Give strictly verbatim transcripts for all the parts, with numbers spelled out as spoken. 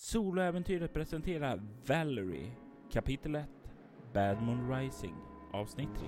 Soloäventyret presenterar Valerie, kapitel ett, Bad Moon Rising, avsnitt tre.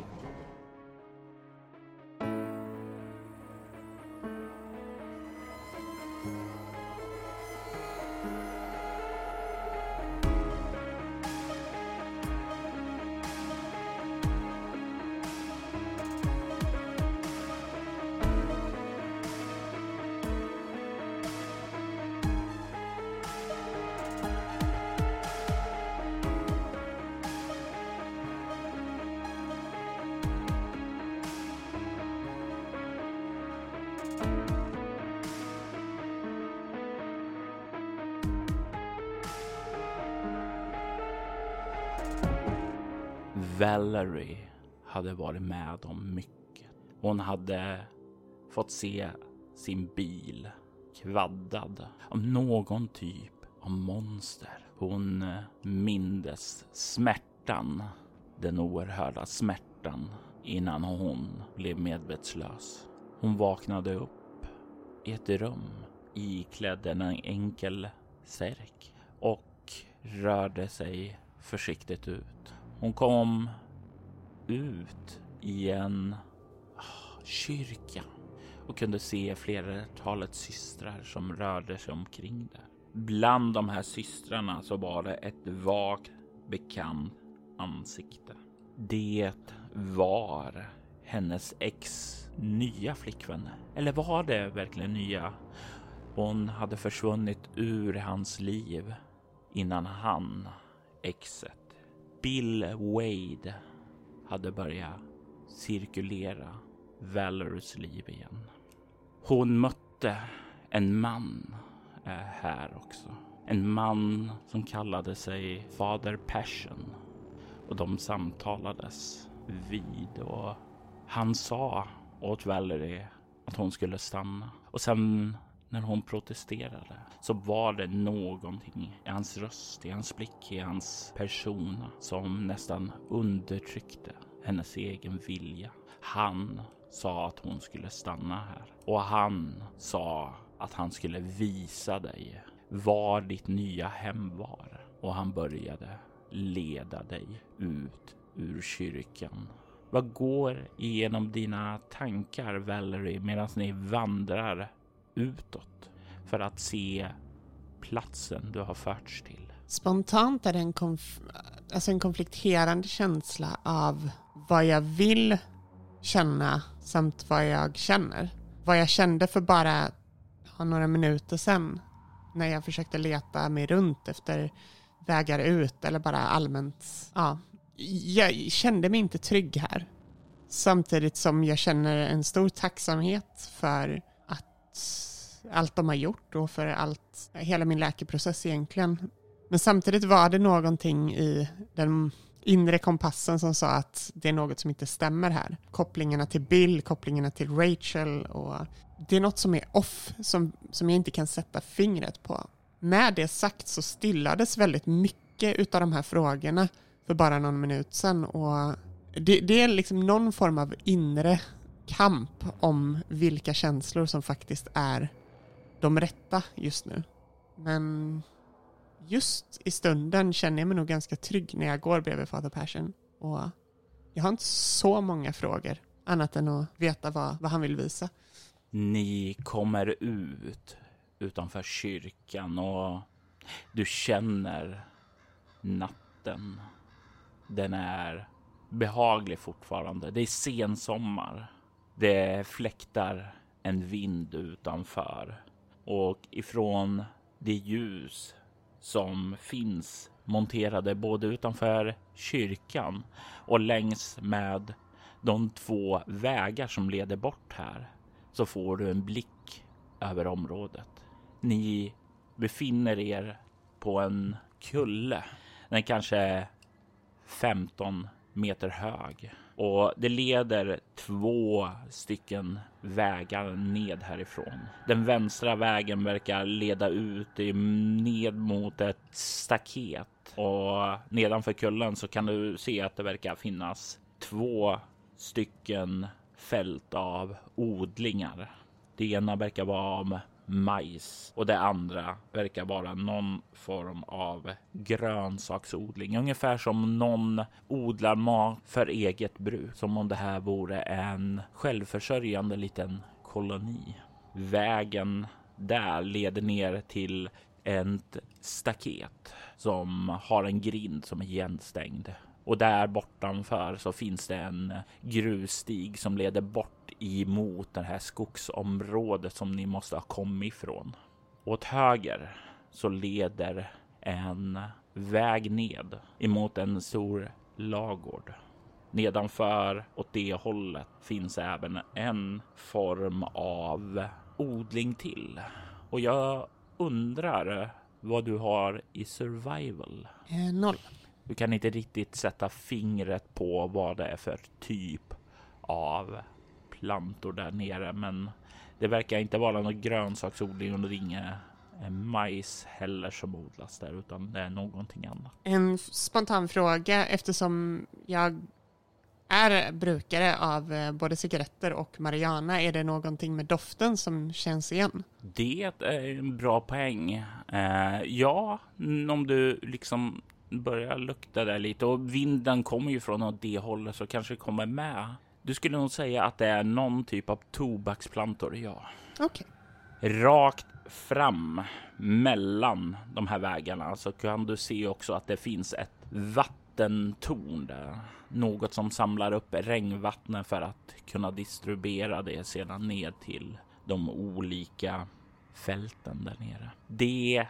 Valerie hade varit med om mycket. Hon hade fått se sin bil kvaddad av någon typ av monster. Hon mindes smärtan, den oerhörda smärtan, innan hon blev medvetslös. Hon vaknade upp i ett rum iklädd en enkel särk och rörde sig försiktigt ut. Hon kom ut i en oh, kyrka och kunde se flertalet systrar som rörde sig omkring där. Bland de här systrarna så var det ett vagt bekant ansikte. Det var hennes ex nya flickvän. Eller var det verkligen nya? Hon hade försvunnit ur hans liv innan han, exet, Bill Wade, hade börjat cirkulera Valeries liv igen. Hon mötte en man äh, här också. En man som kallade sig Father Passion. Och de samtalades vid och han sa åt Valerie att hon skulle stanna. Och sen när hon protesterade så var det någonting i hans röst, i hans blick, i hans persona som nästan undertryckte hennes egen vilja. Han sa att hon skulle stanna här. Och han sa att han skulle visa dig var ditt nya hem var. Och han började leda dig ut ur kyrkan. Vad går igenom dina tankar, Valerie, medan ni vandrar utåt för att se platsen du har förts till? Spontant är det en, konf- alltså en konflikterande känsla av vad jag vill känna samt vad jag känner. Vad jag kände för bara ja, några minuter sedan när jag försökte leta mig runt efter vägar ut eller bara allmänt. Ja, jag kände mig inte trygg här. Samtidigt som jag känner en stor tacksamhet för allt de har gjort och för allt, hela min läkeprocess egentligen. Men samtidigt var det någonting i den inre kompassen som sa att det är något som inte stämmer här. Kopplingarna till Bill, kopplingarna till Rachel och det är något som är off som, som jag inte kan sätta fingret på. Med det sagt så stillades väldigt mycket utav de här frågorna för bara någon minut sedan och det, det är liksom någon form av inre kamp om vilka känslor som faktiskt är de rätta just nu. Men just i stunden känner jag mig nog ganska trygg när jag går bredvid Father Passion. Och jag har inte så många frågor annat än att veta vad, vad han vill visa. Ni kommer ut utanför kyrkan och du känner natten. Den är behaglig fortfarande. Det är sensommar. Det fläktar en vind utanför och ifrån det ljus som finns monterade både utanför kyrkan och längs med de två vägar som leder bort här så får du en blick över området. Ni befinner er på en kulle. Den är kanske femton meter hög. Och det leder två stycken vägar ned härifrån. Den vänstra vägen verkar leda ut ned mot ett staket. Och nedanför kullen så kan du se att det verkar finnas två stycken fält av odlingar. Det ena verkar vara av majs. Och det andra verkar vara någon form av grönsaksodling. Ungefär som någon odlar mat för eget bruk. Som om det här vore en självförsörjande liten koloni. Vägen där leder ner till ett staket som har en grind som är igenstängd. Och där bortanför så finns det en grusstig som leder bort emot det här skogsområdet som ni måste ha kommit ifrån. Åt höger så leder en väg ned emot en stor lagård. Nedanför åt det hållet finns även en form av odling till. Och jag undrar vad du har i survival. Eh, noll. Du kan inte riktigt sätta fingret på vad det är för typ av plantor där nere. Men det verkar inte vara någon grönsaksodling och det är inga majs heller som odlas där, utan det är någonting annat. En spontan fråga, eftersom jag är brukare av både cigaretter och marijuana, är det någonting med doften som känns igen? Det är en bra poäng. Eh, ja, om du liksom börjar lukta där lite och vinden kommer ju från det hållet så kanske det kommer med. Du skulle nog säga att det är någon typ av tobaksplantor, ja. Okej. Okay. Rakt fram mellan de här vägarna så kan du se också att det finns ett vattentorn där. Något som samlar upp regnvatten för att kunna distribuera det sedan ner till de olika fälten där nere. Det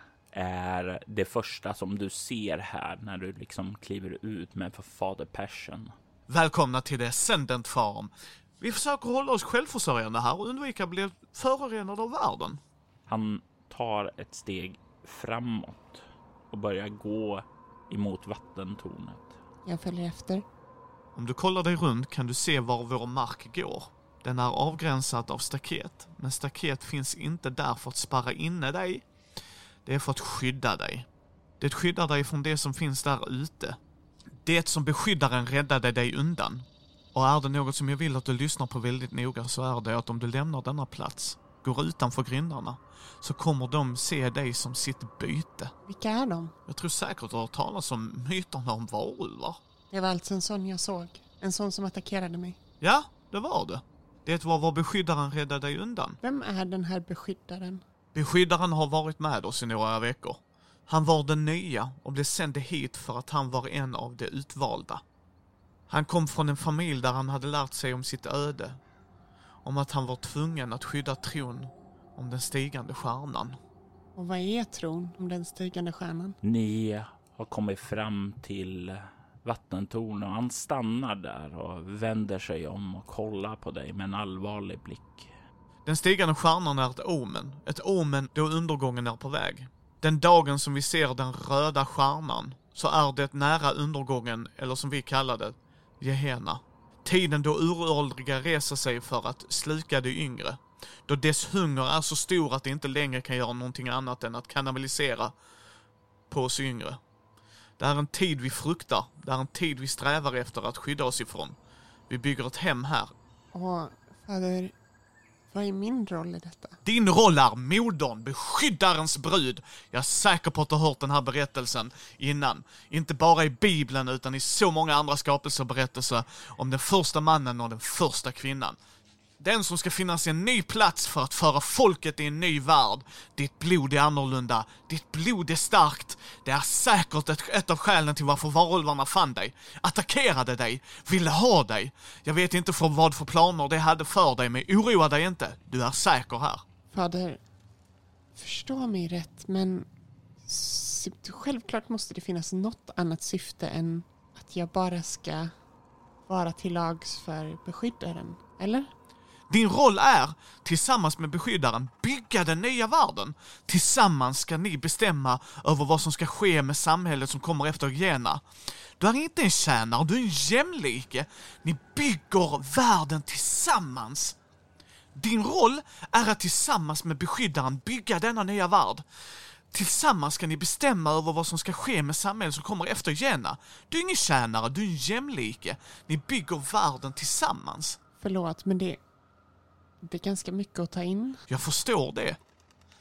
är det första som du ser här när du liksom kliver ut med Father Passion. Välkomna till The Ascendant Farm. Vi försöker hålla oss självförsörjande här och undvika att bli förorenade av världen. Han tar ett steg framåt och börjar gå emot vattentornet. Jag följer efter. Om du kollar dig runt kan du se var vår mark går. Den är avgränsad av staket, men staket finns inte där för att spärra inne dig. Det är för att skydda dig. Det skyddar dig från det som finns där ute. Det som beskyddaren räddade dig undan. Och är det något som jag vill att du lyssnar på väldigt noga så är det att om du lämnar denna plats, går utanför grindarna, så kommer de se dig som sitt byte. Vilka är de? Jag tror säkert du har talat om myterna om varulvar. Det var alltså en sån jag såg. En sån som attackerade mig. Ja, det var det. Det var vad beskyddaren räddade dig undan. Vem är den här beskyddaren? Beskyddaren har varit med oss i några veckor. Han var den nya och blev sänd hit för att han var en av de utvalda. Han kom från en familj där han hade lärt sig om sitt öde. Om att han var tvungen att skydda tron om den stigande stjärnan. Och vad är tron om den stigande stjärnan? Ni har kommit fram till vattentorn och han stannar där och vänder sig om och kollar på dig med en allvarlig blick. Den stigande stjärnan är ett omen. Ett omen då undergången är på väg. Den dagen som vi ser den röda stjärnan så är det nära undergången, eller som vi kallar det, Gehenna. Tiden då uråldriga reser sig för att sluka det yngre. Då dess hunger är så stor att det inte längre kan göra någonting annat än att kannibalisera på oss yngre. Det är en tid vi fruktar. Det är en tid vi strävar efter att skydda oss ifrån. Vi bygger ett hem här. Och fader, vad är min roll i detta? Din roll är modern, beskyddarens brud. Jag är säker på att du har hört den här berättelsen innan. Inte bara i Bibeln utan i så många andra skapelseberättelser om den första mannen och den första kvinnan. Den som ska finnas i en ny plats för att föra folket i en ny värld. Ditt blod är annorlunda. Ditt blod är starkt. Det är säkert ett, ett av skälen till varför varulvarna fann dig. Attackerade dig. Ville ha dig. Jag vet inte för vad för planer det hade för dig, men oroa dig inte. Du är säker här. Fader, förstå mig rätt, men s- självklart måste det finnas något annat syfte än att jag bara ska vara till lags för beskyddaren, eller? Din roll är, tillsammans med beskyddaren, bygga den nya världen. Tillsammans ska ni bestämma över vad som ska ske med samhället som kommer efter Gehenna. Du är inte en tjänare, du är en jämlike. Ni bygger världen tillsammans. Din roll är att tillsammans med beskyddaren bygga denna nya värld. Tillsammans ska ni bestämma över vad som ska ske med samhället som kommer efter Gehenna. Du är ingen tjänare, du är en jämlike. Ni bygger världen tillsammans. Förlåt, men det, det är ganska mycket att ta in. Jag förstår det.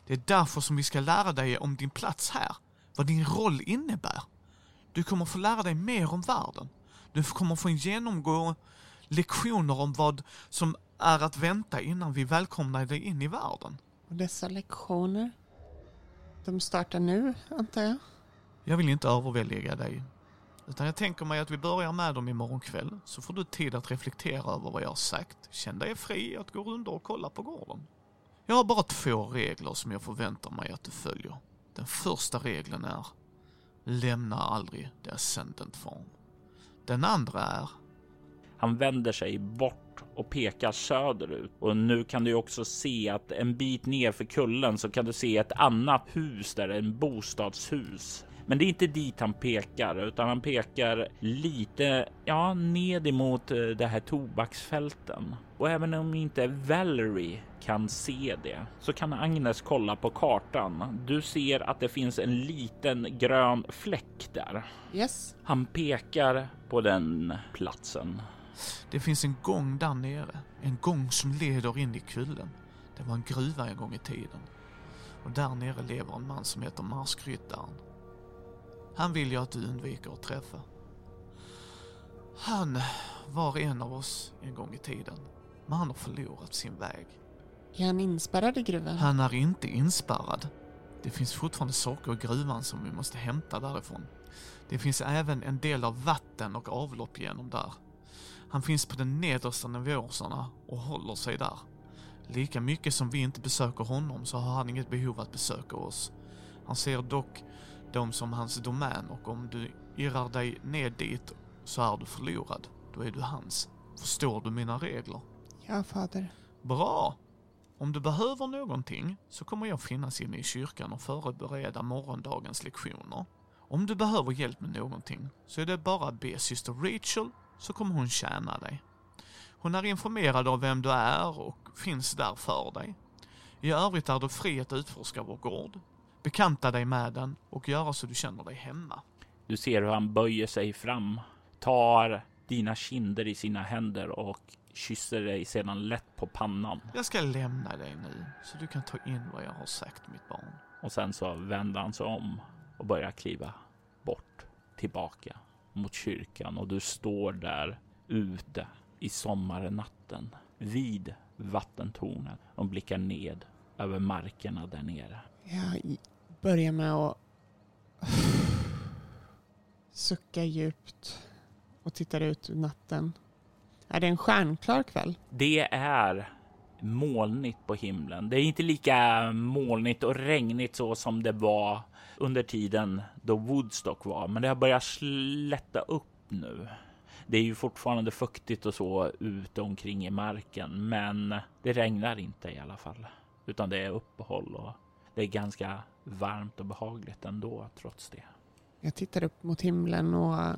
Det är därför som vi ska lära dig om din plats här. Vad din roll innebär. Du kommer få lära dig mer om världen. Du kommer få genomgå lektioner om vad som är att vänta innan vi välkomnar dig in i världen. Och dessa lektioner, de startar nu, antar jag? Jag vill inte överväldiga dig. Utan jag tänker mig att vi börjar med dem imorgon kväll. Så får du tid att reflektera över vad jag har sagt. Känn dig fri att gå runt och kolla på gården. Jag har bara två regler som jag förväntar mig att du följer. Den första regeln är: lämna aldrig the ascendant form. Den andra är... Han vänder sig bort och pekar söderut. Och nu kan du också se att en bit ner för kullen så kan du se ett annat hus där, en bostadshus. Men det är inte dit han pekar, utan han pekar lite ja, ned emot det här tobaksfälten. Och även om inte Valerie kan se det så kan Agnes kolla på kartan. Du ser att det finns en liten grön fläck där. Yes. Han pekar på den platsen. Det finns en gång där nere. En gång som leder in i kullen. Det var en gruva en gång i tiden. Och där nere lever en man som heter Marskryttaren. Han vill ju att du undviker att träffa. Han var en av oss en gång i tiden. Men han har förlorat sin väg. Är han inspärrad i gruvan? Han är inte inspärrad. Det finns fortfarande saker i gruvan som vi måste hämta därifrån. Det finns även en del av vatten och avlopp genom där. Han finns på den nedersta nivåerna och håller sig där. Lika mycket som vi inte besöker honom så har han inget behov att besöka oss. Han ser dock dem som hans domän, och om du irrar dig ned dit så är du förlorad. Då är du hans. Förstår du mina regler? Ja, fader. Bra! Om du behöver någonting så kommer jag finnas inne i kyrkan och förbereda morgondagens lektioner. Om du behöver hjälp med någonting så är det bara att be syster Rachel, så kommer hon tjäna dig. Hon är informerad om vem du är och finns där för dig. I övrigt är du fri att utforska vår gård, bekanta dig med den och göra så du känner dig hemma. Du ser hur han böjer sig fram, tar dina kinder i sina händer och kysser dig sedan lätt på pannan. Jag ska lämna dig nu så du kan ta in vad jag har sagt, mitt barn. Och sen så vänder han sig om och börjar kliva bort, tillbaka mot kyrkan. Och du står där ute i sommarnatten vid vattentornet och blickar ned över markerna där nere. Jag börjar med att sucka djupt och tittar ut ur natten. Är det en stjärnklar kväll? Det är molnigt på himlen. Det är inte lika molnigt och regnigt så som det var under tiden då Woodstock var. Men det har börjat slätta upp nu. Det är ju fortfarande fuktigt och så ute omkring i marken. Men det regnar inte i alla fall. Utan det är uppehåll och det är ganska varmt och behagligt ändå trots det. Jag tittar upp mot himlen och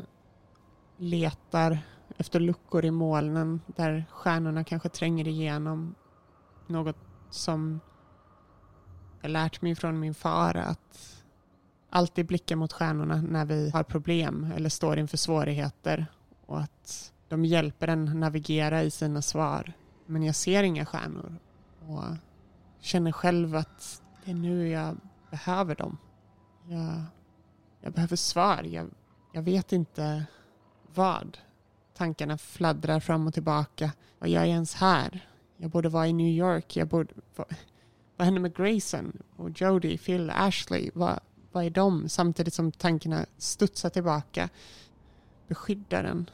letar efter luckor i molnen där stjärnorna kanske tränger igenom. Något som jag lärt mig från min far, att alltid blicka mot stjärnorna när vi har problem eller står inför svårigheter, och att de hjälper en navigera i sina svar. Men jag ser inga stjärnor och känner själv att det är nu jag behöver dem. Jag, jag behöver svar. Jag, jag vet inte vad. Tankarna fladdrar fram och tillbaka. Vad gör jag ens här? Jag borde vara i New York. Jag borde, vad, vad händer med Grayson och Jody, Phil, Ashley? Vad, vad är de? Samtidigt som tankarna studsar tillbaka. Beskyddaren.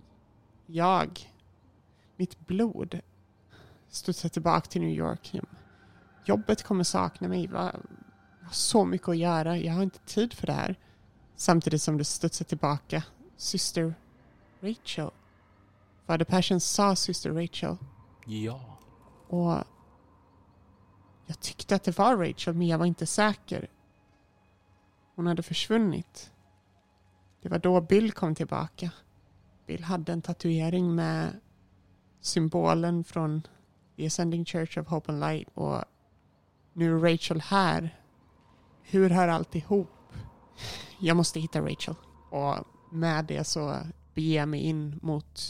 Jag. Mitt blod. Studsar tillbaka till New York. Jobbet kommer sakna mig. Jag har så mycket att göra. Jag har inte tid för det här. Samtidigt som det studsar tillbaka. Syster Rachel. Fader Passion sa Syster Rachel. Ja. Och jag tyckte att det var Rachel, men jag var inte säker. Hon hade försvunnit. Det var då Bill kom tillbaka. Bill hade en tatuering med symbolen från The Ascending Church of Hope and Light. Och nu är Rachel här. Hur hör allt ihop? Jag måste hitta Rachel. Och med det så beger jag mig in mot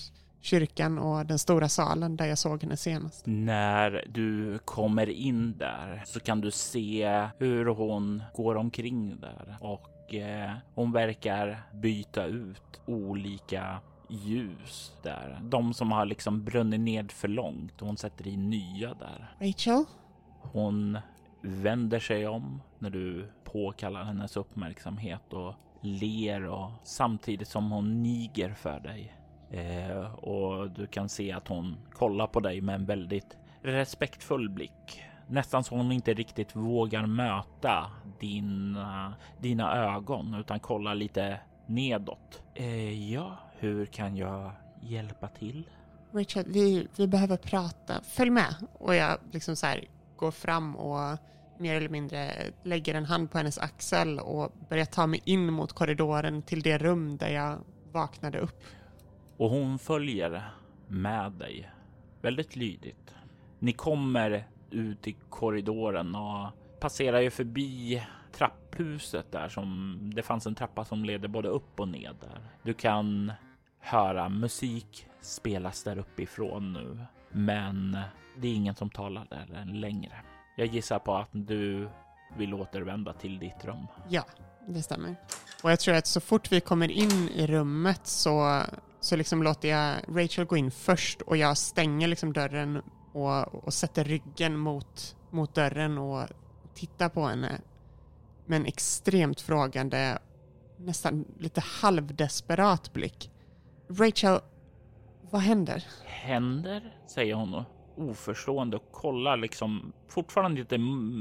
kyrkan och den stora salen där jag såg henne senast. När du kommer in där så kan du se hur hon går omkring där och eh, hon verkar byta ut olika ljus där. De som har liksom brunnit ned för långt och hon sätter i nya där. Rachel? Hon vänder sig om när du påkallar hennes uppmärksamhet och ler och samtidigt som hon niger för dig. Eh, och du kan se att hon kollar på dig med en väldigt respektfull blick. Nästan som hon inte riktigt vågar möta dina, dina ögon utan kollar lite nedåt. Eh, ja, hur kan jag hjälpa till? Rachel, vi, vi behöver prata. Följ med. Och jag liksom så här går fram och mer eller mindre lägger en hand på hennes axel och börjar ta mig in mot korridoren till det rum där jag vaknade upp. Och hon följer med dig väldigt lydigt. Ni kommer ut i korridoren och passerar ju förbi trapphuset där som det fanns en trappa som leder både upp och ned där. Du kan höra musik spelas där uppifrån nu, men det är ingen som talar där längre. Jag gissar på att du vill återvända till ditt rum. Ja, det stämmer. Och jag tror att så fort vi kommer in i rummet så, så liksom låter jag Rachel gå in först och jag stänger liksom dörren och, och sätter ryggen mot, mot dörren och tittar på henne med en extremt frågande, nästan lite halvdesperat blick. Rachel, vad händer? Händer, säger hon oförstående och kollar liksom fortfarande inte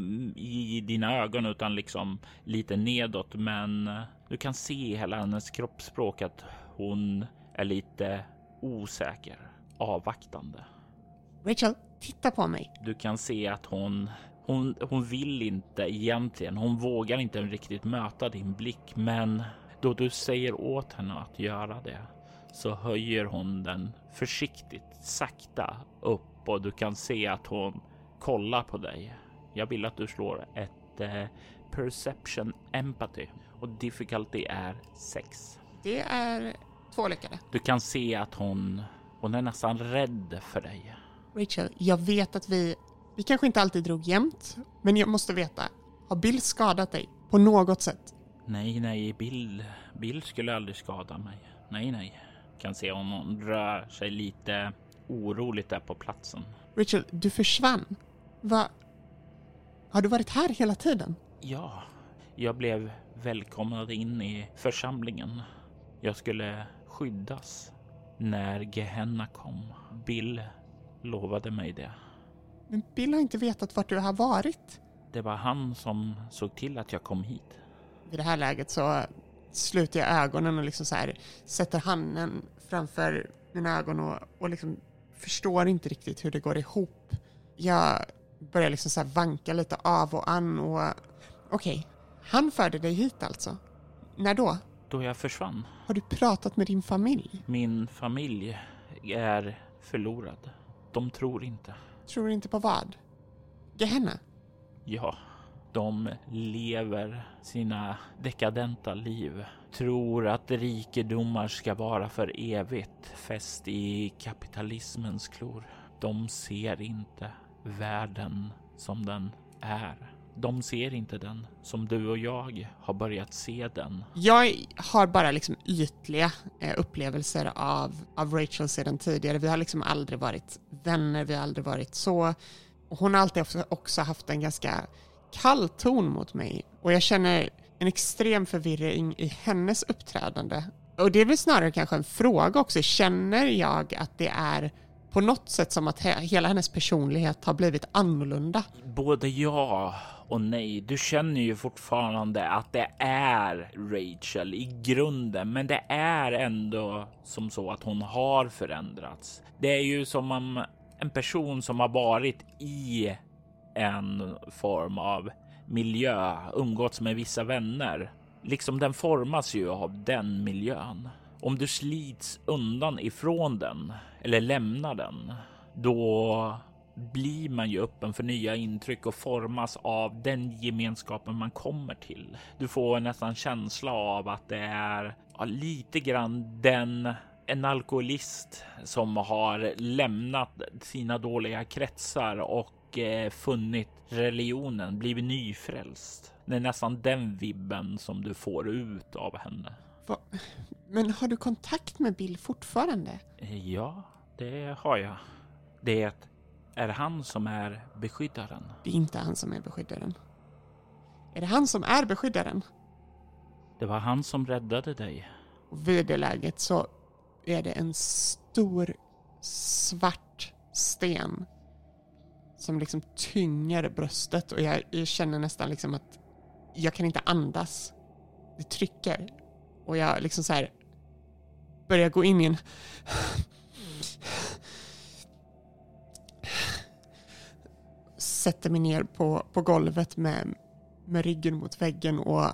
i dina ögon utan liksom lite nedåt, men du kan se i hela hennes kroppsspråk att hon är lite osäker, avvaktande. Rachel, titta på mig. Du kan se att hon hon, hon vill inte egentligen, hon vågar inte riktigt möta din blick, men då du säger åt henne att göra det så höjer hon den försiktigt, sakta upp och du kan se att hon kollar på dig. Jag vill att du slår ett eh, perception empathy och difficulty är sex. Det är två lyckade. Du kan se att hon, hon är nästan rädd för dig. Rachel, jag vet att vi, vi kanske inte alltid drog jämnt, men jag måste veta, har Bill skadat dig på något sätt? Nej, nej, Bill, Bill skulle aldrig skada mig. Nej, nej. Kan se om hon rör sig lite oroligt där på platsen. Rachel, du försvann. Va? Har du varit här hela tiden? Ja, jag blev välkomnad in i församlingen. Jag skulle skyddas när Gehenna kom. Bill lovade mig det. Men Bill har inte vetat vart du har varit. Det var han som såg till att jag kom hit. I det här läget så sluter jag ögonen och liksom så här sätter handen framför mina ögon och, och liksom förstår inte riktigt hur det går ihop. Jag börjar liksom så här vanka lite av och an och okej, okay, han förde dig hit alltså. När då? Då jag försvann. Har du pratat med din familj? Min familj är förlorad. De tror inte. Tror inte på vad? Gehenna? Ja, de lever sina dekadenta liv. Tror att rikedomar ska vara för evigt fäst i kapitalismens klor. De ser inte världen som den är. De ser inte den som du och jag har börjat se den. Jag har bara liksom ytliga eh, upplevelser av, av Rachel sedan tidigare. Vi har liksom aldrig varit vänner, vi har aldrig varit så. Och hon har alltid också haft en ganska kall ton mot mig. Och jag känner en extrem förvirring i hennes uppträdande. Och det är väl snarare kanske en fråga också. Känner jag att det är på något sätt som att he- hela hennes personlighet har blivit annorlunda? Både ja och nej. Du känner ju fortfarande att det är Rachel i grunden, men det är ändå som så att hon har förändrats. Det är ju som om en person som har varit i en form av miljö, umgåtts med vissa vänner. Liksom den formas ju av den miljön. Om du slits undan ifrån den eller lämnar den, då blir man ju öppen för nya intryck och formas av den gemenskapen man kommer till. Du får nästan känsla av att det är ja, lite grann den en alkoholist som har lämnat sina dåliga kretsar och eh, funnit religionen, blivit nyfrälst. Det är nästan den vibben som du får ut av henne. Va? Men har du kontakt med Bill fortfarande? Ja, det har jag. Det är han som är beskyddaren. Det är inte han som är beskyddaren. Är det han som är beskyddaren? Det var han som räddade dig. Och vid det läget så är det en stor svart sten som liksom tynger bröstet. Och jag, jag känner nästan liksom att jag kan inte andas. Det trycker. Och jag liksom så här börjar gå in i en... Sätter mig ner på, på golvet med, med ryggen mot väggen och...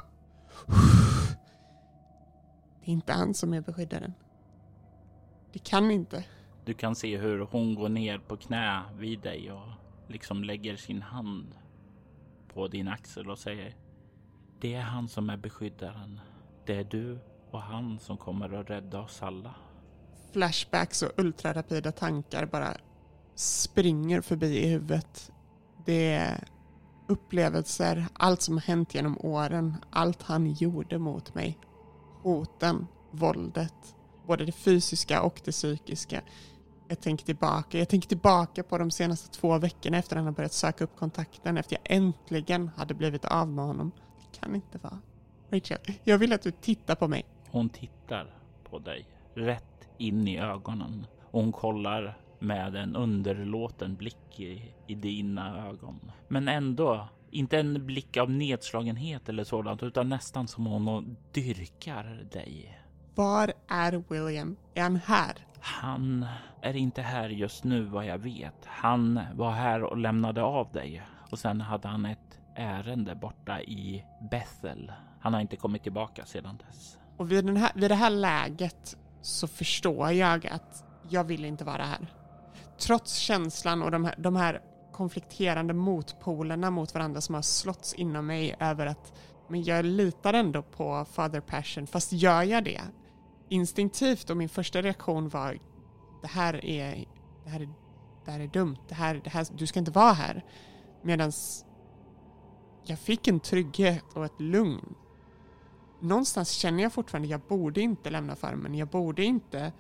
Det är inte han som är beskyddaren. Det kan inte. Du kan se hur hon går ner på knä vid dig och liksom lägger sin hand på din axel och säger: det är han som är beskyddaren. Det är du och han som kommer att rädda oss alla. Flashbacks och ultrarapida tankar bara springer förbi i huvudet. Det är upplevelser, allt som har hänt genom åren, allt han gjorde mot mig. Hoten, våldet, både det fysiska och det psykiska. Jag tänker tillbaka. Jag tänker tillbaka på de senaste två veckorna efter att han har börjat söka upp kontakten. Efter jag äntligen hade blivit av med honom. Det kan inte vara. Rachel, jag vill att du tittar på mig. Hon tittar på dig, rätt in i ögonen. Och hon kollar med en underlåten blick i, i dina ögon. Men ändå, inte en blick av nedslagenhet eller sådant, utan nästan som hon dyrkar dig. Var är William? Är han här? Han är inte här just nu vad jag vet. Han var här och lämnade av dig. Och sen hade han ett ärende borta i Bethel. Han har inte kommit tillbaka sedan dess. Och vid, den här, vid det här läget så förstår jag att jag vill inte vara här. Trots känslan och de här, de här konflikterande motpolerna mot varandra som har slåtts inom mig över att men jag litar ändå på Father Passion. Fast gör jag det? Instinktivt, och min första reaktion var det här är det här är, det här är dumt. Det här, det här, du ska inte vara här. Medan jag fick en trygghet och ett lugn. Någonstans känner jag fortfarande jag borde inte lämna farmen. Jag borde inte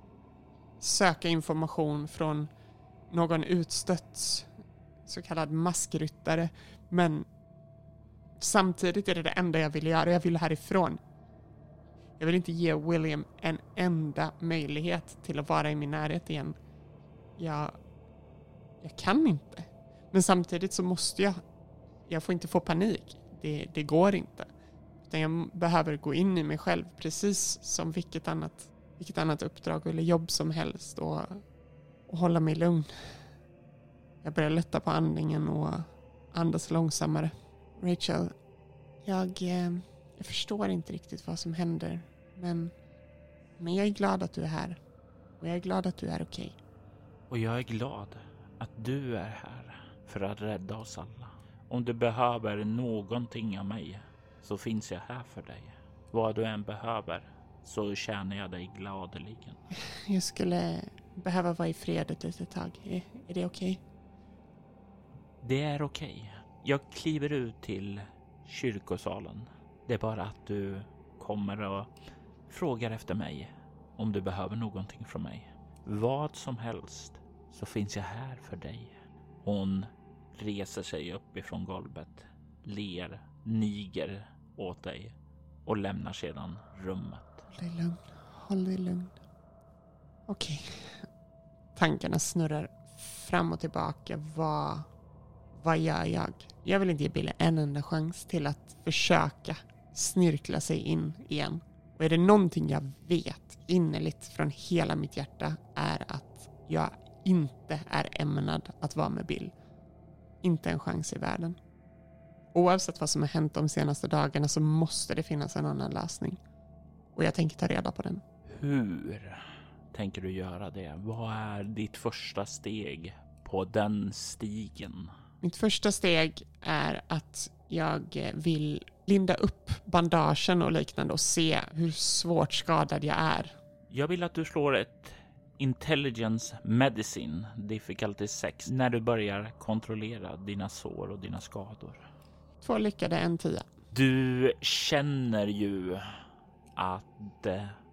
söka information från någon utstött så kallad maskryttare. Men samtidigt är det det enda jag vill göra. Jag vill härifrån. Jag vill inte ge William en enda möjlighet till att vara i min närhet igen. Jag, jag kan inte. Men samtidigt så måste jag. Jag får inte få panik. Det, det går inte. Utan jag behöver gå in i mig själv precis som vilket annat, vilket annat uppdrag eller jobb som helst. Och, och hålla mig lugn. Jag börjar lätta på andningen och andas långsammare. Rachel, jag, jag förstår inte riktigt vad som händer. Men, men jag är glad att du är här. Och jag är glad att du är okej. Och jag är glad att du är här för att rädda oss alla. Om du behöver någonting av mig så finns jag här för dig. Vad du än behöver så känner jag dig gladeligen. Jag skulle behöva vara i fred ett litet tag. Är, är det okej? Det är okej. Jag kliver ut till kyrkosalen. Det är bara att du kommer och frågar efter mig om du behöver någonting från mig. Vad som helst så finns jag här för dig. Hon reser sig upp ifrån golvet, ler, niger åt dig och lämnar sedan rummet. Håll dig lugn, håll dig lugn. Okej. Tankarna snurrar fram och tillbaka. Vad, vad gör jag? Jag vill inte ge Bill en enda chans till att försöka snirkla sig in igen. Och är det någonting jag vet innerligt från hela mitt hjärta är att jag inte är ämnad att vara med Bill. Inte en chans i världen. Oavsett vad som har hänt de senaste dagarna så måste det finnas en annan lösning. Och jag tänker ta reda på den. Hur tänker du göra det? Vad är ditt första steg på den stigen? Mitt första steg är att jag vill linda upp bandagen och liknande och se hur svårt skadad jag är. Jag vill att du slår ett Intelligence Medicine difficulty sex när du börjar kontrollera dina sår och dina skador. Två lyckade, en tia. Du känner ju att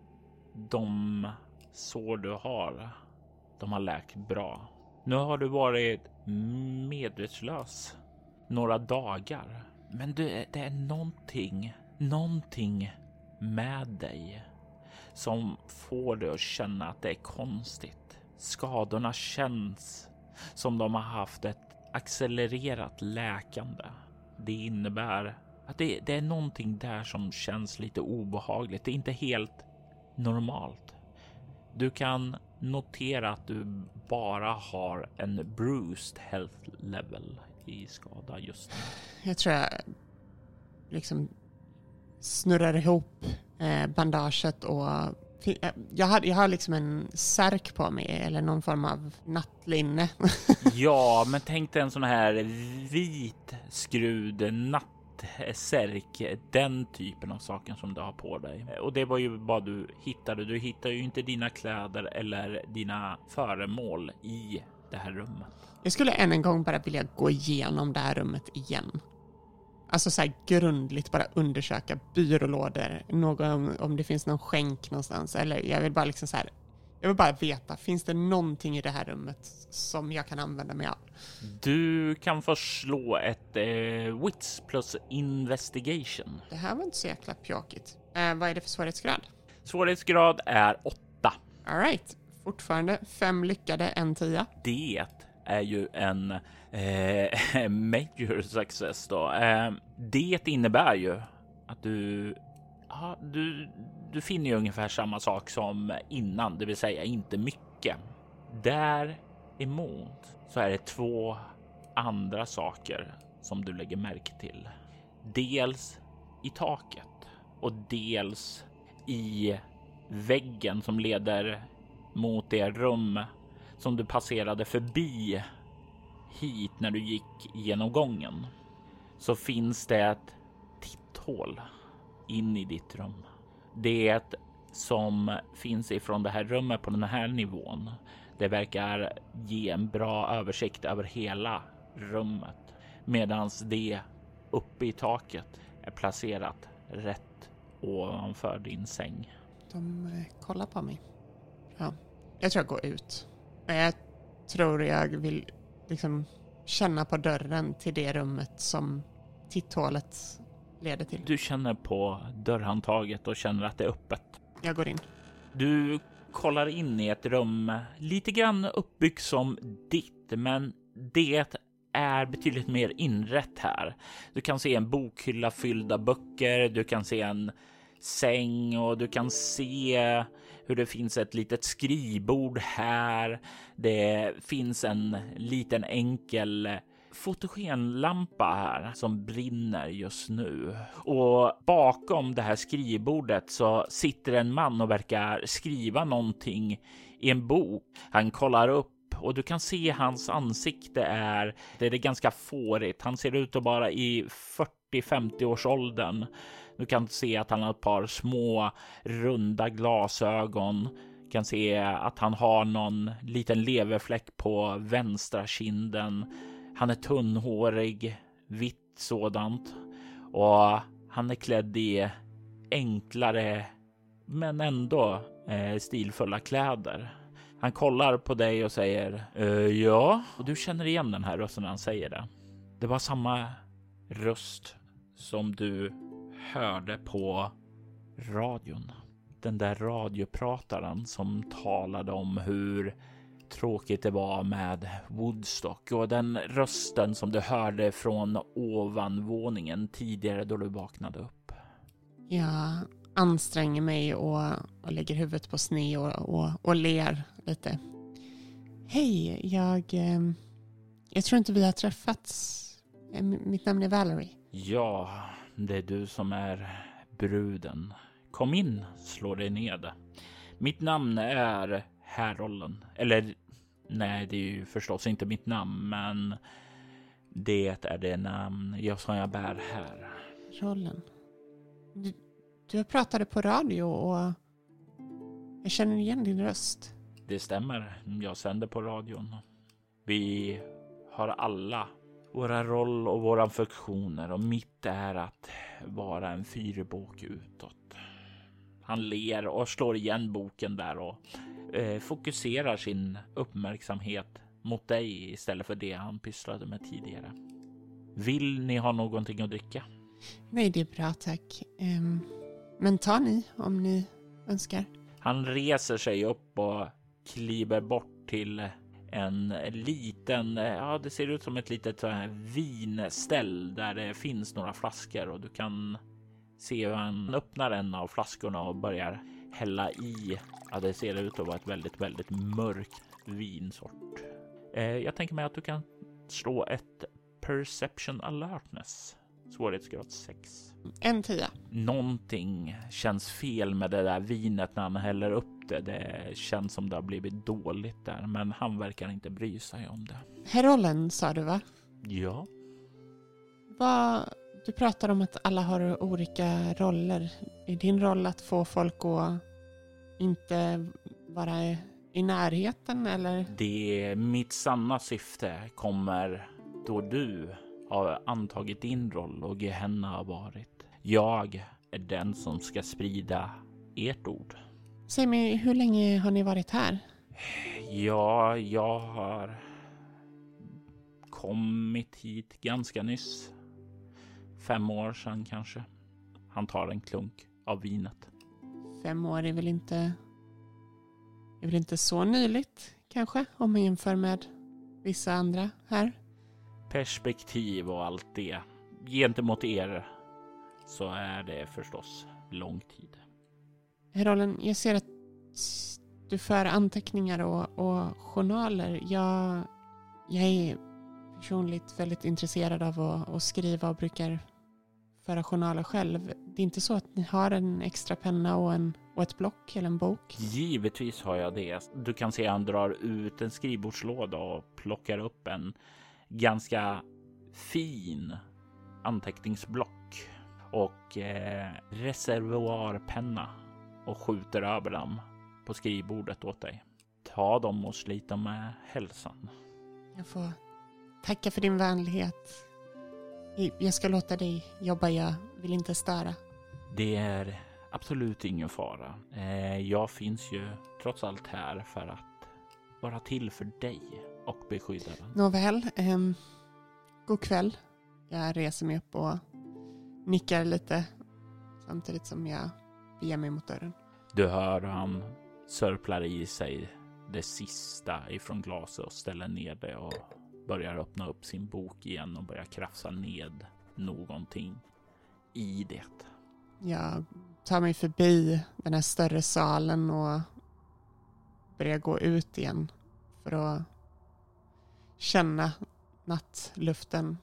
de sår du har, de har läkt bra. Nu har du varit medvetslös några dagar. Men du, det är någonting, någonting med dig som får dig att känna att det är konstigt. Skadorna känns som de har haft ett accelererat läkande. Det innebär att det, det är någonting där som känns lite obehagligt. Det är inte helt normalt. Du kan notera att du bara har en bruised health level i skada just nu. Jag tror jag liksom snurrar ihop eh, bandaget och jag har, jag har liksom en särk på mig eller någon form av nattlinne. Ja, men tänk dig en sån här vit skrud nattsärk, den typen av saker som du har på dig. Och det var ju vad du hittade. Du hittade ju inte dina kläder eller dina föremål i det här rummet. Jag skulle än en gång bara vilja gå igenom det här rummet igen. Alltså så här grundligt bara undersöka byrålådor, någon, om det finns någon skänk någonstans. Eller jag vill bara liksom så här, jag vill bara veta, finns det någonting i det här rummet som jag kan använda mig av? Du kan få slå ett eh, wits plus investigation. Det här var inte så jäkla pjåkigt. Eh, vad är det för svårighetsgrad? Svårighetsgrad är åtta. All right. Fortfarande fem lyckade, en tia. Det är ju en eh, major success då. Eh, det innebär ju att du, ja, du, du finner ju ungefär samma sak som innan, det vill säga inte mycket. Däremot så är det två andra saker som du lägger märke till. Dels i taket och dels i väggen som leder mot det rum som du passerade förbi hit när du gick genom gången. Så finns det ett titthål in i ditt rum. Det som finns ifrån det här rummet på den här nivån, det verkar ge en bra översikt över hela rummet. Medan det uppe i taket är placerat rätt ovanför din säng. De eh, kollar på mig. Ja, jag tror jag går ut. Jag tror jag vill liksom känna på dörren till det rummet som titthålet leder till. Du känner på dörrhandtaget och känner att det är öppet. Jag går in. Du kollar in i ett rum lite grann uppbyggt som ditt, men det är betydligt mer inrätt här. Du kan se en bokhylla fylld av böcker, du kan se en säng och du kan se hur det finns ett litet skrivbord här. Det finns en liten enkel fotogenlampa här som brinner just nu. Och bakom det här skrivbordet så sitter en man och verkar skriva någonting i en bok. Han kollar upp och du kan se hans ansikte är, det är ganska fårigt. Han ser ut att vara i fyrtio femtio års åldern. Du kan se att han har ett par små runda glasögon. Du kan se att han har någon liten leverfläck på vänstra kinden. Han är tunnhårig, vitt sådant. Och han är klädd i enklare men ändå eh, stilfulla kläder. Han kollar på dig och säger eh, ja. Och du känner igen den här rösten när han säger det. Det var samma röst som du hörde på radion. Den där radioprataren som talade om hur tråkigt det var med Woodstock, och den rösten som du hörde från ovanvåningen tidigare då du vaknade upp. Jag anstränger mig och, och lägger huvudet på sned och, och, och ler lite. Hej, jag, eh, jag tror inte vi har träffats. Mitt namn är Valerie. Ja, det är du som är bruden. Kom in, slå dig ned. Mitt namn är Harolden. Eller, nej, det är ju förstås inte mitt namn, men det är det namn jag som jag bär här. Rollen. Du, du pratade på radio och Jag känner igen din röst. Det stämmer, jag sänder på radion. Vi har alla våra roll och våra funktioner och mitt är att vara en fyrbåk utåt. Han ler och slår igen boken där och eh, fokuserar sin uppmärksamhet mot dig istället för det han pysslade med tidigare. Vill ni ha någonting att dricka? Nej, det är bra tack. Um, men ta ni om ni önskar. Han reser sig upp och kliver bort till en liten, ja det ser ut som ett litet så här vinställ där det finns några flaskor och du kan se hur han öppnar en av flaskorna och börjar hälla i. Ja, det ser ut att vara ett väldigt, väldigt mörkt vinsort. Eh, jag tänker mig att du kan slå ett Perception Alertness. Svårighetsgrad sex. En tia. Någonting känns fel med det där vinet när han häller upp det. Det känns som det har blivit dåligt där. Men han verkar inte bry sig om det. Herollen sa du va? Ja. Vad... Du pratar om att alla har olika roller. Är din roll att få folk att inte vara i närheten eller? Det mitt sanna syfte kommer då du har antagit din roll och Gehenna har varit. Jag är den som ska sprida ert ord. Säg mig, hur länge har ni varit här? Ja, jag har kommit hit ganska nyss. Fem år sedan kanske. Han tar en klunk av vinet. Fem år är väl inte... är väl inte så nyligt kanske, om man jämför med vissa andra här. Perspektiv och allt det. Gentemot er så är det förstås lång tid. Herollen, jag ser att du för anteckningar och, och journaler. Jag, jag är personligt väldigt intresserad av att, att skriva och brukar föra journaler själv. Det är inte så att ni har en extra penna och, en, och ett block eller en bok? Givetvis har jag det. Du kan se att han drar ut en skrivbordslåda och plockar upp en ganska fin anteckningsblock och eh, reservoarpenna och skjuter över dem på skrivbordet åt dig. Ta dem och slit dem med hälsan. Jag får tacka för din vänlighet. Jag ska låta dig jobba, jag vill inte störa. Det är absolut ingen fara. Eh, jag finns ju trots allt här för att vara till för dig och beskydda den. Nåväl, eh, god kväll. Jag reser mig upp och nickar lite samtidigt som jag beger mig mot dörren. Du hör hur han sörplar i sig det sista ifrån glaset och ställer ner det och börjar öppna upp sin bok igen och börjar krafsa ned någonting i det. Jag tar mig förbi den här större salen och börjar gå ut igen för att känna nattluften.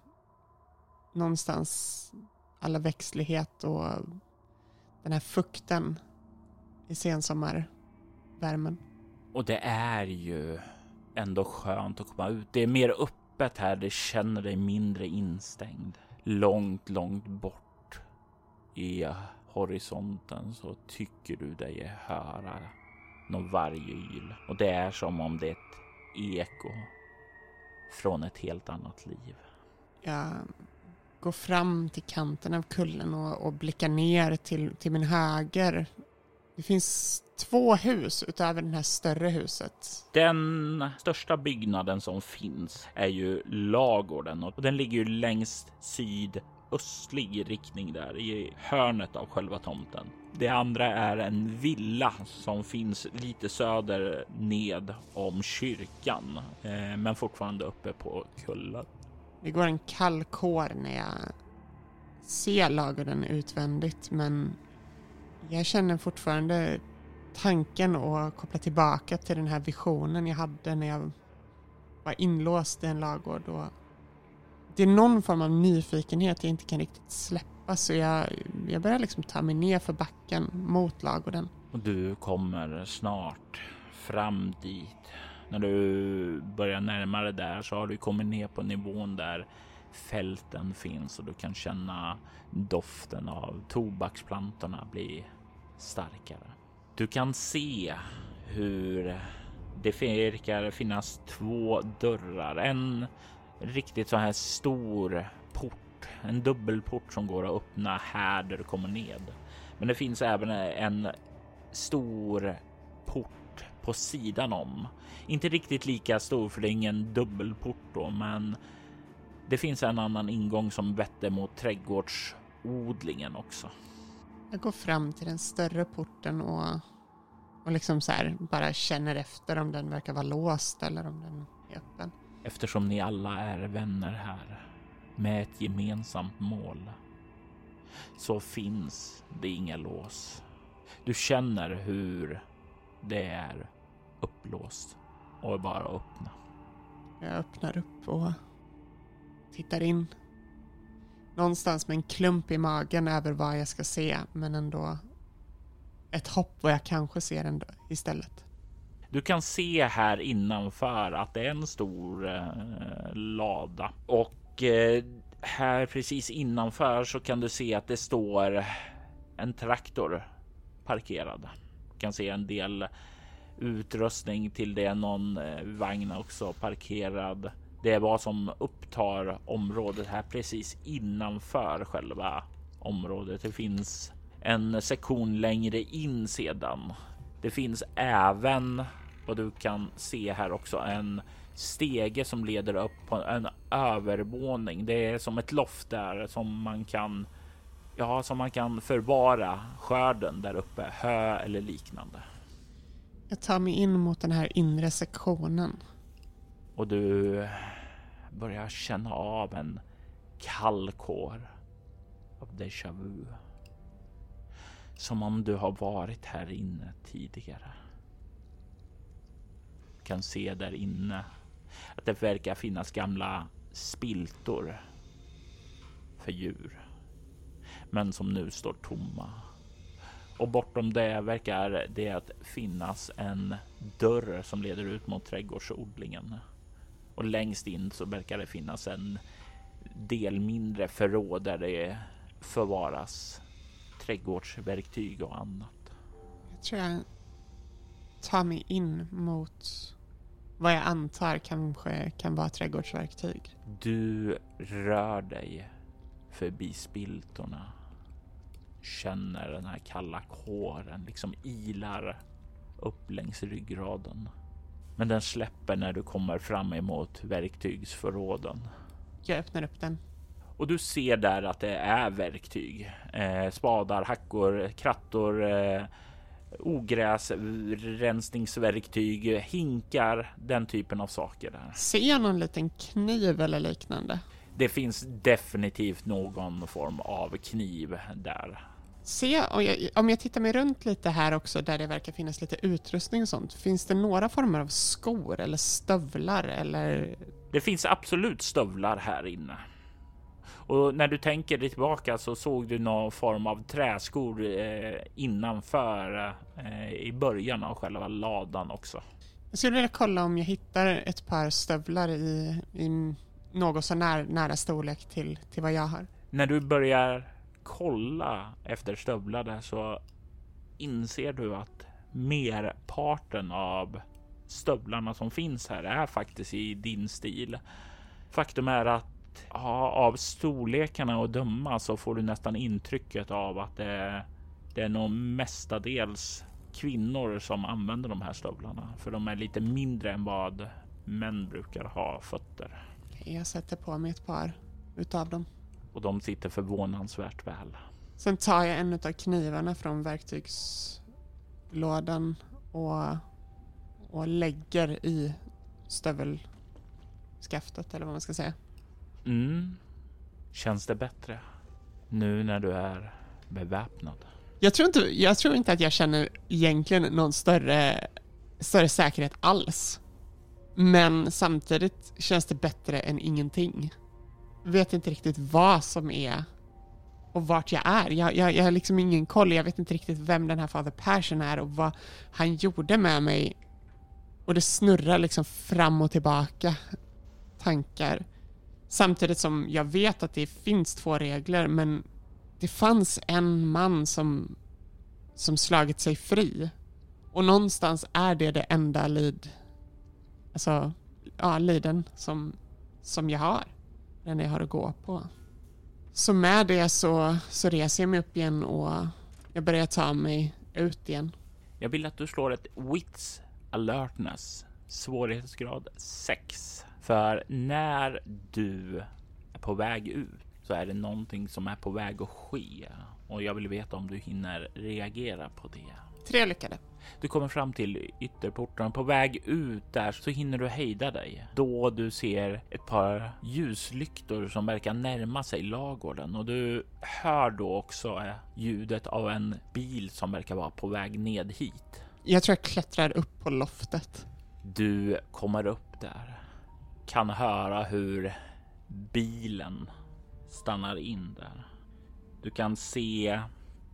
Någonstans alla växtlighet och den här fukten i sensommarvärmen. Och det är ju ändå skönt att komma ut. Det är mer öppet här, det känner dig mindre instängd. Långt, långt bort i horisonten så tycker du dig höra någon vargyl. Och det är som om det är ett eko från ett helt annat liv. Jag går fram till kanten av kullen och, och blickar ner till, till min höger. Det finns två hus utöver det här större huset. Den största byggnaden som finns är ju lagården och den ligger ju längst sydöstlig riktning där i hörnet av själva tomten. Det andra är en villa som finns lite söder ned om kyrkan eh, men fortfarande uppe på kullen. Det går en kall kår när jag ser lagården utvändigt, men jag känner fortfarande tanken att koppla tillbaka till den här visionen jag hade när jag var inlåst i en lagård. Och det är någon form av nyfikenhet jag inte kan riktigt släppa, så jag, jag börjar liksom ta mig ner för backen mot lagården. Och du kommer snart fram dit. När du börjar närma dig där så har du kommit ner på nivån där fälten finns och du kan känna doften av tobaksplantorna bli starkare. Du kan se hur det verkar finnas två dörrar. En riktigt så här stor port, en dubbelport som går att öppna här där du kommer ned. Men det finns även en stor port på sidan om. Inte riktigt lika stor, för det är ingen dubbelport då, men det finns en annan ingång som vetter mot trädgårdsodlingen också. Jag går fram till den större porten och, och liksom så här bara känner efter om den verkar vara låst eller om den är öppen. Eftersom ni alla är vänner här med ett gemensamt mål så finns det inga lås. Du känner hur det är upplåst och är bara att öppna. Jag öppnar upp och tittar in. Någonstans med en klump i magen över vad jag ska se, men ändå ett hopp vad jag kanske ser ändå istället. Du kan se här innanför att det är en stor eh, lada och eh, här precis innanför så kan du se att det står en traktor parkerad. Du kan se en del utrustning till det, någon eh, vagn också parkerad. Det är vad som upptar området här precis innanför själva området. Det finns en sektion längre in sedan. Det finns även, vad du kan se här också, en stege som leder upp på en övervåning. Det är som ett loft där som man kan, ja, som man kan förvara skörden där uppe, hö eller liknande. Jag tar mig in mot den här inre sektionen. Och du börjar känna av en kall kår av déjà vu. Som om du har varit här inne tidigare. Du kan se där inne att det verkar finnas gamla spiltor för djur. Men som nu står tomma. Och bortom det verkar det att finnas en dörr som leder ut mot trädgårdsodlingen. Och längst in så verkar det finnas en del mindre förråd där det förvaras trädgårdsverktyg och annat. Jag tror jag tar mig in mot vad jag antar kanske kan vara trädgårdsverktyg. Du rör dig förbi spiltorna. Känner den här kalla kåren liksom ilar upp längs ryggraden. Men den släpper när du kommer fram emot verktygsförråden. Jag öppnar upp den. Och du ser där att det är verktyg. Eh, spadar, hackor, krattor, eh, ogräs, rensningsverktyg, hinkar, den typen av saker där. Ser jag någon liten kniv eller liknande? Det finns definitivt någon form av kniv där. Se, och jag, om jag tittar mig runt lite här också där det verkar finnas lite utrustning och sånt. Finns det några former av skor eller stövlar eller? Det finns absolut stövlar här inne. Och när du tänker dig tillbaka så såg du någon form av träskor eh, innanför eh, i början av själva ladan också. Jag skulle vilja kolla om jag hittar ett par stövlar i, i något så när, nära storlek till, till vad jag har. När du börjar kolla efter stövlar där så inser du att merparten av stövlarna som finns här är faktiskt i din stil. Faktum är att ja, av storlekarna och döma så får du nästan intrycket av att det, det är nog mestadels kvinnor som använder de här stövlarna. För de är lite mindre än vad män brukar ha fötter. Jag sätter på mig ett par utav dem. Och de sitter förvånansvärt väl. Sen tar jag en av knivarna från verktygslådan och, och lägger i stövelskaftet eller vad man ska säga. Mm. Känns det bättre nu när du är beväpnad? Jag tror inte, jag tror inte att jag känner egentligen någon större, större säkerhet alls. Men samtidigt känns det bättre än ingenting. Jag vet inte riktigt vad som är och vart jag är. Jag, jag, jag har liksom ingen koll. Jag vet inte riktigt vem den här Father Passion är och vad han gjorde med mig. Och det snurrar liksom fram och tillbaka tankar. Samtidigt som jag vet att det finns två regler, men det fanns en man som, som slagit sig fri. Och någonstans är det det enda lid, alltså, ja, liden som, som jag har. Den jag har att gå på. Så med det så, så reser jag mig upp igen och jag börjar ta mig ut igen. Jag vill att du slår ett Wits Alertness, svårighetsgrad sex. För när du är på väg ut så är det någonting som är på väg att ske. Och jag vill veta om du hinner reagera på det. Tre lyckade. Du kommer fram till ytterporten. På väg ut där så hinner du hejda dig. Då du ser ett par ljuslyktor som verkar närma sig lagården. Och du hör då också ljudet av en bil som verkar vara på väg ned hit. Jag tror jag klättrar upp på loftet. Du kommer upp där. Kan höra hur bilen stannar in där. Du kan se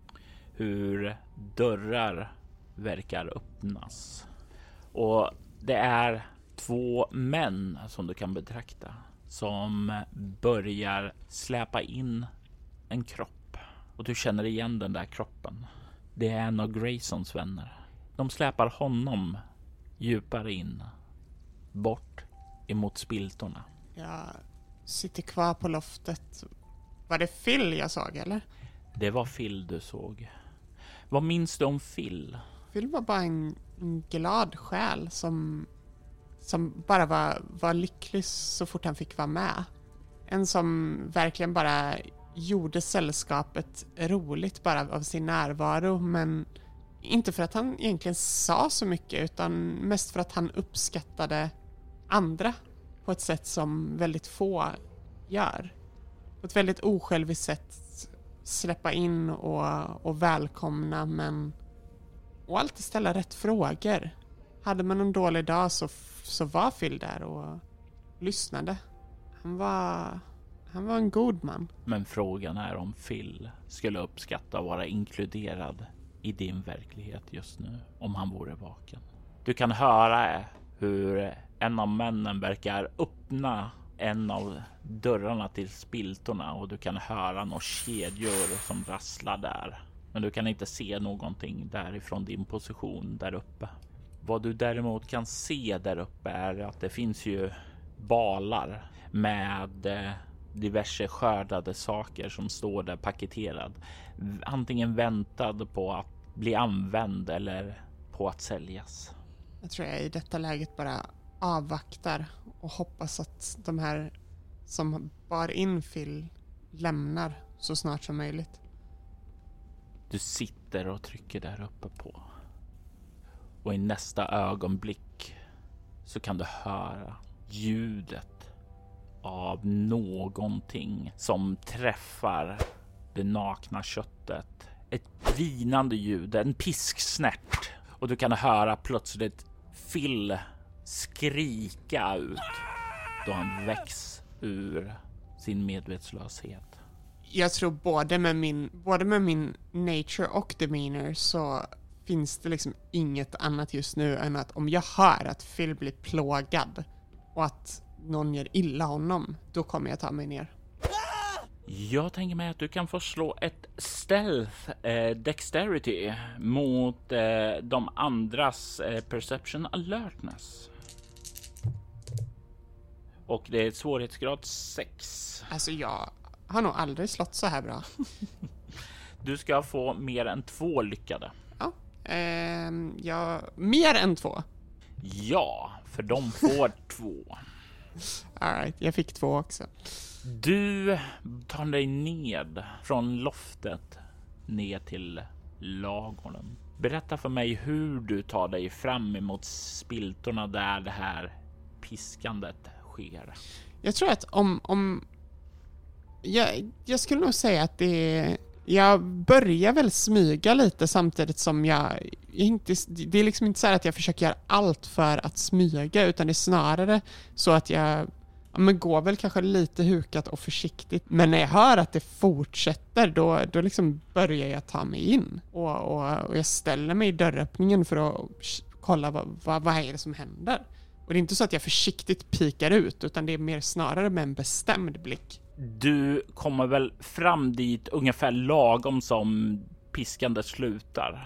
hur dörrar verkar öppnas. Och det är två män som du kan betrakta som börjar släpa in en kropp. Och du känner igen den där kroppen. Det är en av Graysons vänner. De släpar honom djupare in, bort emot spiltorna. Jag sitter kvar på loftet. Var det Phil jag såg, eller? Det var Phil du såg. Vad minns du om Phil? Phil var bara en, en glad själ som, som bara var, var lycklig så fort han fick vara med. En som verkligen bara gjorde sällskapet roligt bara av sin närvaro, men inte för att han egentligen sa så mycket utan mest för att han uppskattade andra på ett sätt som väldigt få gör. På ett väldigt osjälviskt sätt släppa in och, och välkomna, men och alltid ställa rätt frågor. Hade man en dålig dag så, så var Phil där och lyssnade. Han var, han var en god man. Men frågan är om Phil skulle uppskatta att vara inkluderad i din verklighet just nu, om han vore vaken. Du kan höra hur en av männen verkar öppna en av dörrarna till spiltorna och du kan höra några kedjor som rasslar där. Men du kan inte se någonting därifrån din position där uppe. Vad du däremot kan se där uppe är att det finns ju balar med diverse skördade saker som står där paketerad. Antingen väntad på att bli använd eller på att säljas. Jag tror jag i detta läget bara avvaktar och hoppas att de här som bar in Phil lämnar så snart som möjligt. Du sitter och trycker där uppe på. Och i nästa ögonblick så kan du höra ljudet av någonting som träffar det nakna köttet. Ett vinande ljud, en pisksnärt. Och du kan höra plötsligt Phil skrika ut då han väcks ur sin medvetslöshet. Jag tror både med min, både med min nature och demeanor så finns det liksom inget annat just nu än att om jag hör att Phil blir plågad och att någon gör illa honom, då kommer jag ta mig ner. Jag tänker mig att du kan få slå ett stealth eh, dexterity mot eh, de andras eh, perception alertness. Och det är svårighetsgrad sex. Alltså jag har nog aldrig slått så här bra. Du ska få mer än två lyckade. Ja, eh, ja mer än två. Ja, för de får två. All right, jag fick två också. Du tar dig ned från loftet ner till lagorna. Berätta för mig hur du tar dig fram emot spiltorna där det här piskandet sker. Jag tror att om... om jag, jag skulle nog säga att det är... Jag börjar väl smyga lite samtidigt som jag... jag inte, det är liksom inte så här att jag försöker göra allt för att smyga, utan det är snarare så att jag... Ja, men går väl kanske lite hukat och försiktigt. Men när jag hör att det fortsätter, då, då liksom börjar jag ta mig in. Och, och, och jag ställer mig i dörröppningen för att kolla vad, vad, vad är det som händer. Och det är inte så att jag försiktigt pikar ut, utan det är mer snarare med en bestämd blick. Du kommer väl fram dit ungefär lagom som piskandet slutar.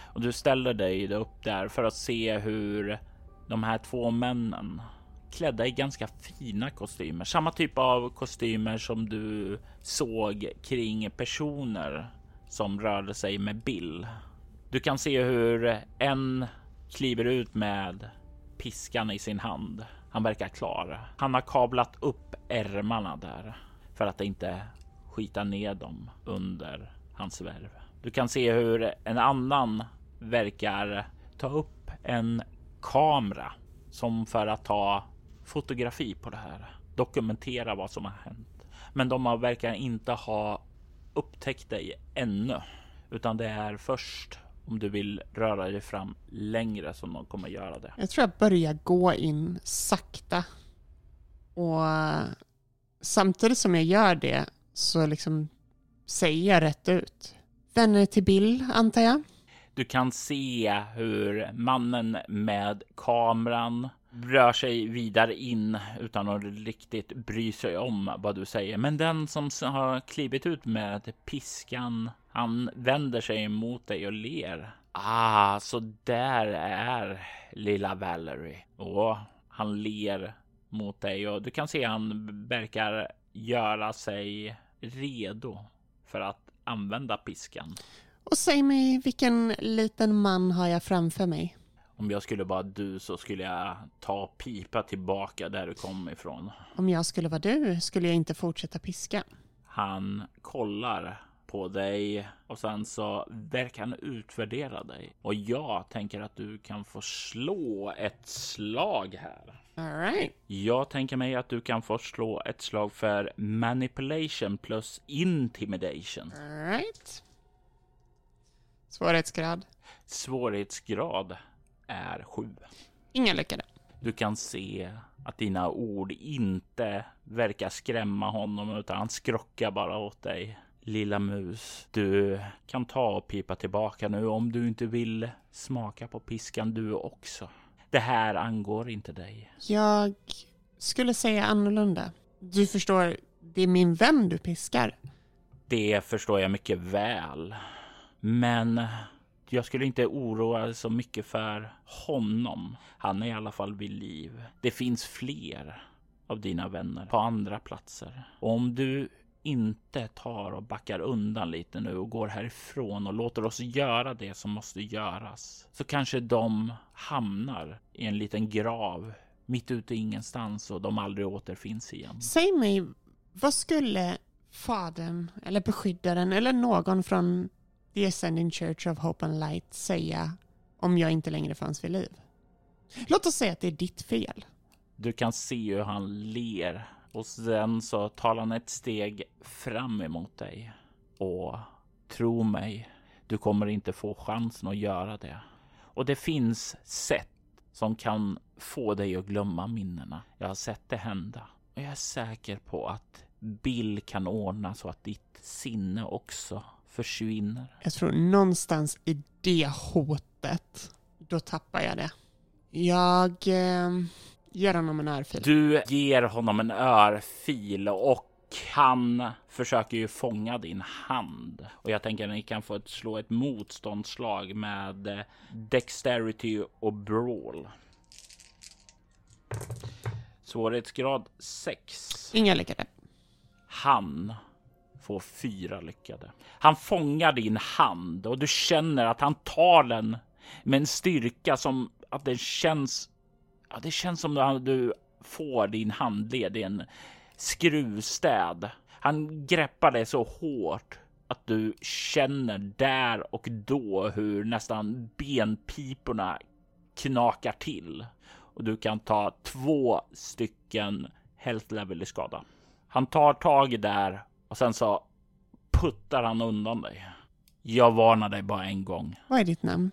Och du ställer dig upp där för att se hur de här två männen, klädda i ganska fina kostymer, samma typ av kostymer som du såg kring personer som rörde sig med Bill. Du kan se hur en kliver ut med piskan i sin hand. Han verkar klar. Han har kablat upp ärmarna där för att inte skita ner dem under hans värv. Du kan se hur en annan verkar ta upp en kamera som för att ta fotografi på det här. Dokumentera vad som har hänt. Men de har verkar inte ha upptäckt dig ännu. Utan det är först om du vill röra dig fram längre som de kommer göra det. Jag tror jag börjar gå in sakta. Och samtidigt som jag gör det så liksom säger jag rätt ut. Vänner till Bill, antar jag. Du kan se hur mannen med kameran rör sig vidare in utan att riktigt bry sig om vad du säger. Men den som har klivit ut med piskan, han vänder sig mot dig och ler. Ah, så där är lilla Valerie. Och han ler mot dig och du kan se han verkar göra sig redo för att använda piskan. Och säg mig, vilken liten man har jag framför mig? Om jag skulle vara du så skulle jag ta och pipa tillbaka där du kom ifrån. Om jag skulle vara du skulle jag inte fortsätta piska. Han kollar på dig och sen så verkar han utvärdera dig. Och jag tänker att du kan få slå ett slag här. All right. Jag tänker mig att du kan få slå ett slag för manipulation plus intimidation. All right. Svårighetsgrad? Svårighetsgrad är sju. Inga lyckade. Du kan se att dina ord inte verkar skrämma honom utan han skrockar bara åt dig. Lilla mus, du kan ta och pipa tillbaka nu om du inte vill smaka på piskan du också. Det här angår inte dig. Jag skulle säga annorlunda. Du förstår, det är min vän du piskar. Det förstår jag mycket väl. Men jag skulle inte oroa så mycket för honom. Han är i alla fall vid liv. Det finns fler av dina vänner på andra platser. Och om du inte tar och backar undan lite nu och går härifrån och låter oss göra det som måste göras, så kanske de hamnar i en liten grav mitt ute i ingenstans och de aldrig återfinns igen. Säg mig, vad skulle fadern eller beskyddaren eller någon från The Ascending Church of Hope and Light säga om jag inte längre fanns vid liv? Låt oss säga att det är ditt fel. Du kan se hur han ler och sen så tar han ett steg fram emot dig. Och tro mig, du kommer inte få chansen att göra det. Och det finns sätt som kan få dig att glömma minnena. Jag har sett det hända. Och jag är säker på att Bill kan ordna så att ditt sinne också försvinner. Jag tror någonstans i det hotet, då tappar jag det. Jag eh, ger honom en örfil. Du ger honom en örfil och han försöker ju fånga din hand. Och jag tänker att ni kan få ett, slå ett motståndsslag med Dexterity och Brawl. Svårighetsgrad sex. Inga lyckade. Han får fyra lyckade. Han fångar din hand och du känner att han tar den med en styrka som att det känns, ja, det känns som att du får din handled i en skruvstäd. Han greppar dig så hårt att du känner där och då hur nästan benpiporna knakar till. Och du kan ta två stycken health level i skada. Han tar tag där och sen så puttar han undan dig. Jag varnar dig bara en gång. Vad är ditt namn?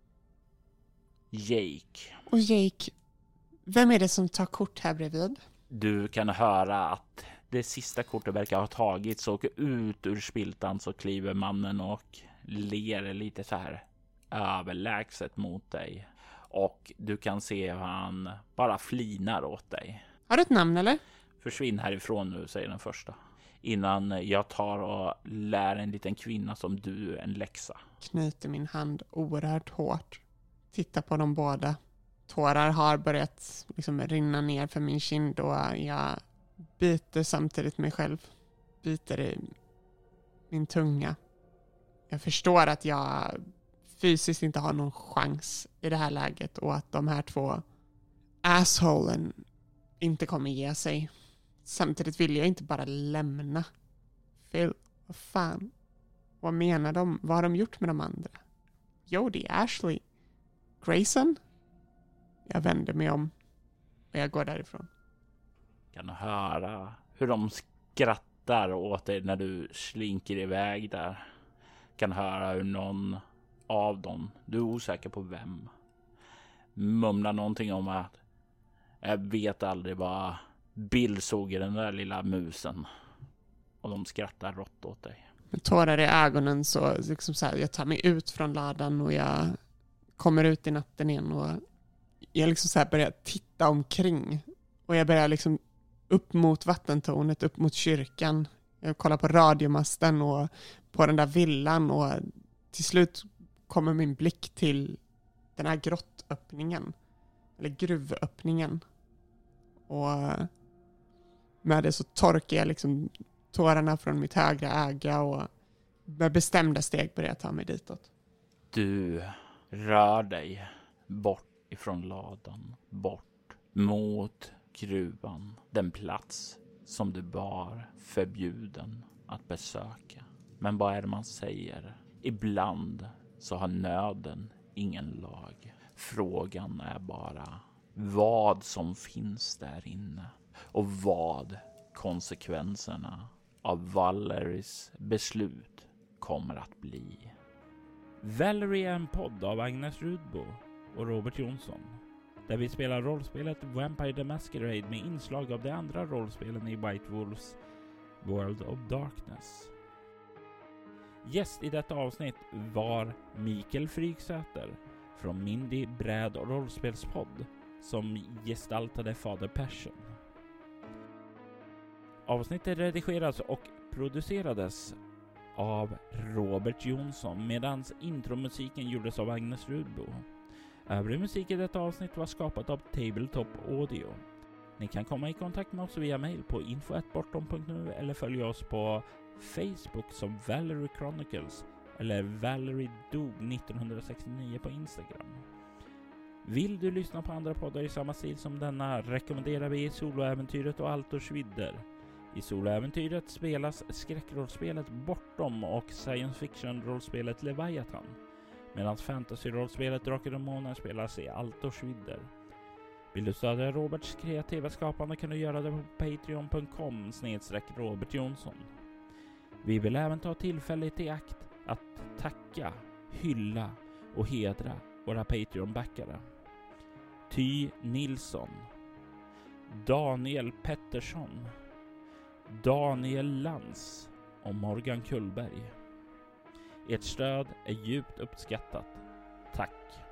Jake. Och Jake, vem är det som tar kort här bredvid? Du kan höra att det sista kortet verkar ha tagits och ut ur spiltan så kliver mannen och ler lite så här överlägset mot dig. Och du kan se hur han bara flinar åt dig. Har du ett namn eller? Försvinn härifrån nu, säger den första. innan jag tar och lär en liten kvinna som du en läxa. Knyter min hand oerhört hårt. Tittar på dem båda. Tårar har börjat liksom rinna ner för min kind och jag biter samtidigt mig själv. Biter i min tunga. Jag förstår att jag fysiskt inte har någon chans i det här läget och att de här två assholen inte kommer ge sig. Samtidigt vill jag inte bara lämna. Phil, vad fan? Vad menar de? Vad har de gjort med de andra? Jody, Ashley, Grayson? Jag vänder mig om och jag går därifrån. Kan höra hur de skrattar åt dig när du slinker iväg där. Kan höra hur någon av dem, du är osäker på vem, mumlar någonting om att jag vet aldrig vad Bill såg i den där lilla musen. Och de skrattar rått åt dig. Med tårar i ögonen så, liksom så här, jag tar mig ut från ladan och jag kommer ut i natten igen och jag liksom så här börjar titta omkring. Och jag börjar liksom upp mot vattentornet, upp mot kyrkan. Jag kollar på radiomasten och på den där villan och till slut kommer min blick till den här grottöppningen. Eller gruvöppningen. Och med det så torkar jag liksom tårarna från mitt högra öga och med bestämda steg börjar jag ta mig ditåt. Du rör dig bort ifrån ladan, bort mot gruvan, den plats som du var förbjuden att besöka. Men vad är det man säger? Ibland så har nöden ingen lag. Frågan är bara vad som finns där inne och vad konsekvenserna av Valeries beslut kommer att bli. Valerie är en podd av Agnes Rudbo och Robert Jonsson, där vi spelar rollspelet Vampire the Masquerade med inslag av de andra rollspelen i White Wolves World of Darkness. Gäst i detta avsnitt var Mikael Fryksäter från Mindy bräd- och rollspelspodd som gestaltade Fader Passion. Avsnittet redigerades och producerades av Robert Jonsson medan intromusiken gjordes av Agnes Rudbo. Övrig musik i detta avsnitt var skapat av Tabletop Audio. Ni kan komma i kontakt med oss via mail på info at bortom punkt nu eller följa oss på Facebook som Valerie Chronicles eller Valerie dog nittonhundrasextionio på Instagram. Vill du lyssna på andra poddar i samma stil som denna rekommenderar vi Soloäventyret och Altors vidder. I Soloäventyret spelas skräckrollspelet Bortom och science fiction-rollspelet Leviathan, medan fantasy-rollspelet Drakar och Demoner spelas i Altors vidder. Vill du stödja Roberts kreativa skapande kan du göra det på patreon punkt com snedstreck Robert Jonsson. Vi vill även ta tillfället i akt att tacka, hylla och hedra våra Patreon-backare. Ty Nilsson, Daniel Pettersson, Daniel Lantz och Morgan Kullberg. Ert stöd är djupt uppskattat. Tack!